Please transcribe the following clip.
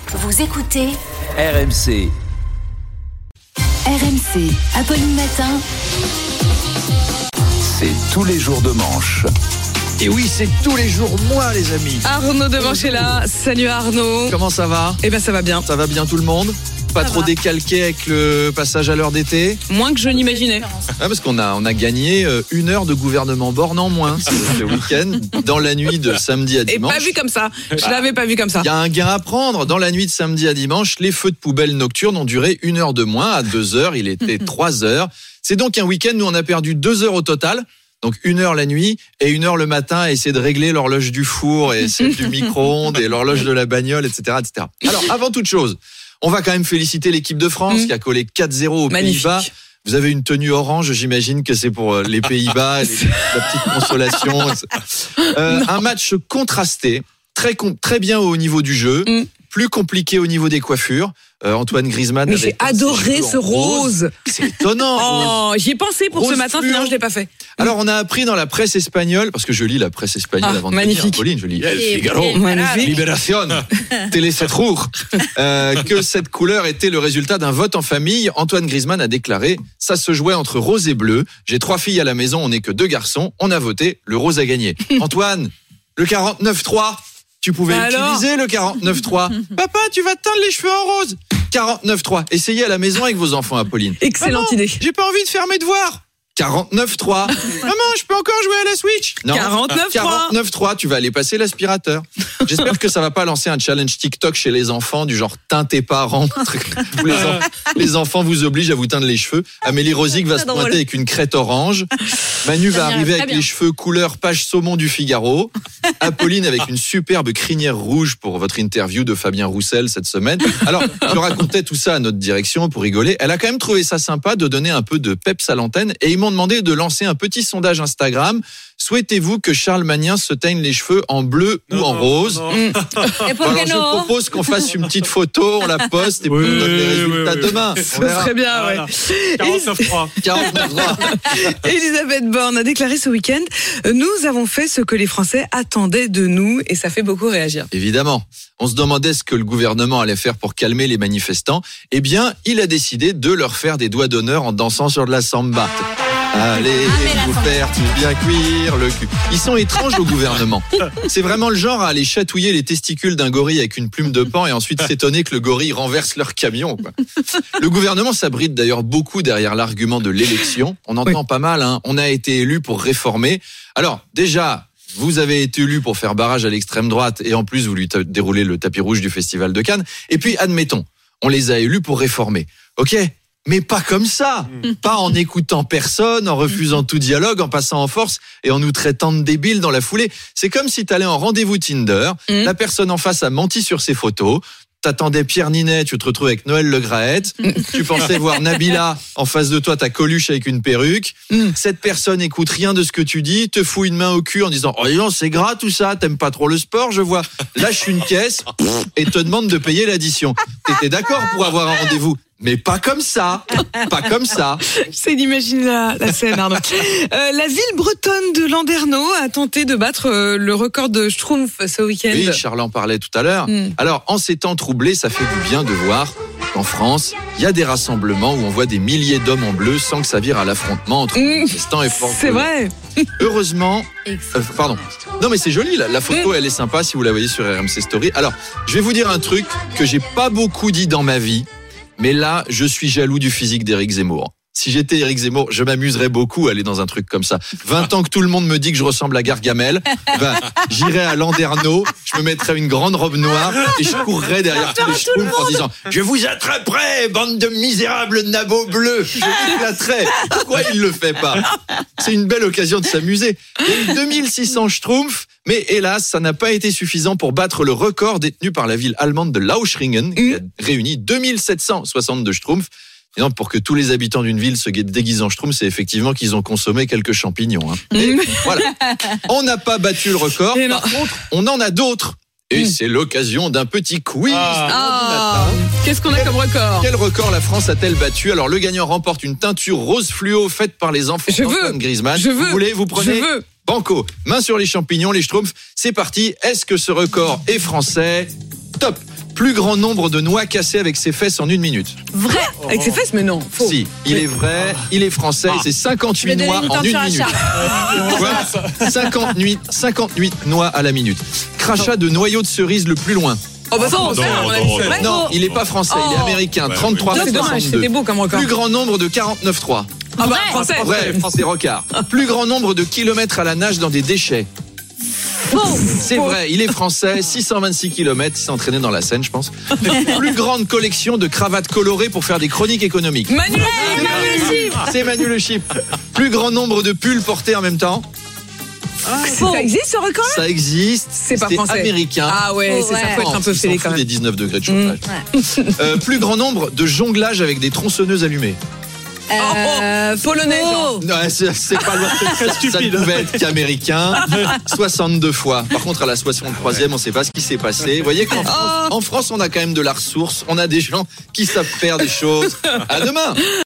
Vous écoutez RMC. RMC, Apolline Matin. C'est tous les jours de manche. Et oui, c'est tous les jours moi, les amis. Arnaud Demanche est là. Salut Arnaud. Comment ça va ? Eh ben ça va bien. Ça va bien tout le monde ? Pas Ça trop va. décalqué avec le passage à l'heure d'été ? Moins que je n'imaginais. Parce qu'on a gagné 1 heure de gouvernement borne en moins ce week-end, dans la nuit de samedi à Et dimanche. pas vu comme ça. Je l'avais pas vu comme ça. Il y a un gain à prendre. Dans la nuit de samedi à dimanche, les feux de poubelle nocturnes ont duré 1 heure de moins. À 2 heures, il était 3 heures. C'est donc un week-end où on a perdu 2 heures au total. Donc 1 heure la nuit et 1 heure le matin à essayer de régler l'horloge du four et celle du micro-ondes et l'horloge de la bagnole, etc., etc. Alors, avant toute chose, on va quand même féliciter l'équipe de France qui a collé 4-0 aux Magnifique. Pays-Bas. Vous avez une tenue orange, j'imagine que c'est pour les Pays-Bas, la petite consolation. Un match contrasté, très bien au niveau du jeu, plus compliqué au niveau des coiffures. Antoine Griezmann. Mais avait j'ai adoré ses cheveux ce en rose. C'est étonnant. Oh, j'y ai pensé pour Rose ce matin, fluo. finalement je l'ai pas fait. Alors, on a appris dans la presse espagnole, parce que je lis la presse espagnole avant de magnifique. venir, Pauline, je lis El Figaro, Magnifique. Libération, Télé 7 jours, que cette couleur était le résultat d'un vote en famille. Antoine Griezmann a déclaré « Ça se jouait entre rose et bleu. J'ai 3 filles à la maison, on n'est que 2 garçons. On a voté, le rose a gagné. » Antoine, le 49.3, tu pouvais utiliser le 49.3. Papa, tu vas teindre les cheveux en rose. 49.3. Essayez à la maison avec vos enfants, Apolline. Excellente Maman, idée. j'ai pas envie de faire mes devoirs. 49.3. Maman, je peux encore jouer à la Switch ? Non. 49.3. 49.3, tu vas aller passer l'aspirateur. J'espère que ça va pas lancer un challenge TikTok chez les enfants du genre teins tes parents. Où les enfants vous obligent à vous teindre les cheveux. Amélie Rosic va se pointer avec une crête orange. Manu va arriver avec les cheveux couleur page saumon du Figaro. Apolline avec une superbe crinière rouge pour votre interview de Fabien Roussel cette semaine. Alors, je racontais tout ça à notre direction pour rigoler. Elle a quand même trouvé ça sympa de donner un peu de peps à l'antenne et ils m'ont demandé de lancer un petit sondage Instagram. Souhaitez-vous que Charles Magnien se teigne les cheveux en bleu ou en rose ? Alors, je propose qu'on fasse une petite photo, on la poste et puis on donne les résultats demain. Ce serait bien, ouais. 49.3. 49.3. Elisabeth Borne a déclaré ce week-end « Nous avons fait ce que les Français attendaient de nous » et ça fait beaucoup réagir. Évidemment. On se demandait ce que le gouvernement allait faire pour calmer les manifestants. Eh bien, il a décidé de leur faire des doigts d'honneur en dansant sur de la samba. Allez, vous faire tout bien cuire le cul. Ils sont étranges au gouvernement. C'est vraiment le genre à aller chatouiller les testicules d'un gorille avec une plume de paon et ensuite s'étonner que le gorille renverse leur camion, quoi. Le gouvernement s'abrite d'ailleurs beaucoup derrière l'argument de l'élection. On entend pas mal, hein. On a été élu pour réformer. Alors, déjà, vous avez été élu pour faire barrage à l'extrême droite et en plus, vous lui déroulez le tapis rouge du Festival de Cannes. Et puis, admettons, on les a élus pour réformer. OK ? Mais pas comme ça, pas en écoutant personne, en refusant tout dialogue, en passant en force et en nous traitant de débiles dans la foulée. C'est comme si t'allais en rendez-vous Tinder, la personne en face a menti sur ses photos, t'attendais Pierre Ninet, tu te retrouves avec Noël Le Graët, tu pensais voir Nabila, en face de toi t'as Coluche avec une perruque, cette personne écoute rien de ce que tu dis, te fout une main au cul en disant « Oh non, c'est gras tout ça, t'aimes pas trop le sport, je vois », lâche une caisse et te demande de payer l'addition. T'étais d'accord pour avoir un rendez-vous ? Mais pas comme ça, pas comme ça. J'essaie d'imaginer la scène, Arnaud. La ville bretonne de Landerneau a tenté de battre le record de Schtroumpf ce week-end. Oui, Charles en parlait tout à l'heure. Alors, en ces temps troublés, ça fait du bien de voir qu'en France, il y a des rassemblements où on voit des milliers d'hommes en bleu sans que ça vire à l'affrontement entre manifestants et forces. C'est vrai. Heureusement, pardon. Non mais c'est joli, la photo elle est sympa si vous la voyez sur RMC Story. Alors, je vais vous dire un truc que j'ai pas beaucoup dit dans ma vie. Mais là, je suis jaloux du physique d'Éric Zemmour. Si j'étais Éric Zemmour, je m'amuserais beaucoup à aller dans un truc comme ça. 20 ans que tout le monde me dit que je ressemble à Gargamel, j'irais à Landerneau, je me mettrais une grande robe noire et je courrais derrière tous les schtroumpfs en disant « Je vous attraperai, bande de misérables nabots bleus !» Je l'éclaterai. Pourquoi il le fait pas ? C'est une belle occasion de s'amuser. Il y a eu 2600 schtroumpfs, mais hélas, ça n'a pas été suffisant pour battre le record détenu par la ville allemande de Lauchringen, qui a réuni 2762 schtroumpfs. Et non, pour que tous les habitants d'une ville se déguisent en schtroumpf, c'est effectivement qu'ils ont consommé quelques champignons. Hein. Et voilà. On n'a pas battu le record. Par contre, on en a d'autres. Et c'est l'occasion d'un petit quiz. Qu'est-ce qu'on a comme record ? Quel record la France a-t-elle battu ? Alors, le gagnant remporte une teinture rose fluo faite par les enfants d'Antoine Griezmann. Je veux. Vous voulez, vous prenez ? Je veux. Banco. Main sur les champignons, les schtroumpfs. C'est parti. Est-ce que ce record est français ? Top. Plus grand nombre de noix cassées avec ses fesses en 1 minute. Vrai. Avec ses fesses, mais non. Faux. Si, il est vrai, il est français, et c'est 58 noix en 1 minute. Quoi 58 noix à la minute. Crachat de noyau de cerise le plus loin. Oh bah faux, Non, il est pas français, il est américain. 33 c'est dommage, c'était beau comme record. Plus grand nombre de 49.3. Ah bah français. Vrai, français rocard. Plus grand nombre de kilomètres à la nage dans des déchets. C'est vrai, il est français, 626 km, il s'est entraîné dans la Seine, je pense. Plus grande collection de cravates colorées pour faire des chroniques économiques. Manu le Chypre. C'est Manu le Chypre. Plus grand nombre de pulls portés en même temps. Ça existe ce record? Ça existe. C'est pas français. Américain. Ah ouais, ça faut être un peu fêlé quand même. Des 19 degrés de chauffage. Plus grand nombre de jonglages avec des tronçonneuses allumées. Polonais. Non, c'est pas loin. Ça ne pouvait être qu'américain. 62 fois. Par contre, à la 63e, on ne sait pas ce qui s'est passé. Vous voyez qu'en France, on a quand même de la ressource. On a des gens qui savent faire des choses. À demain.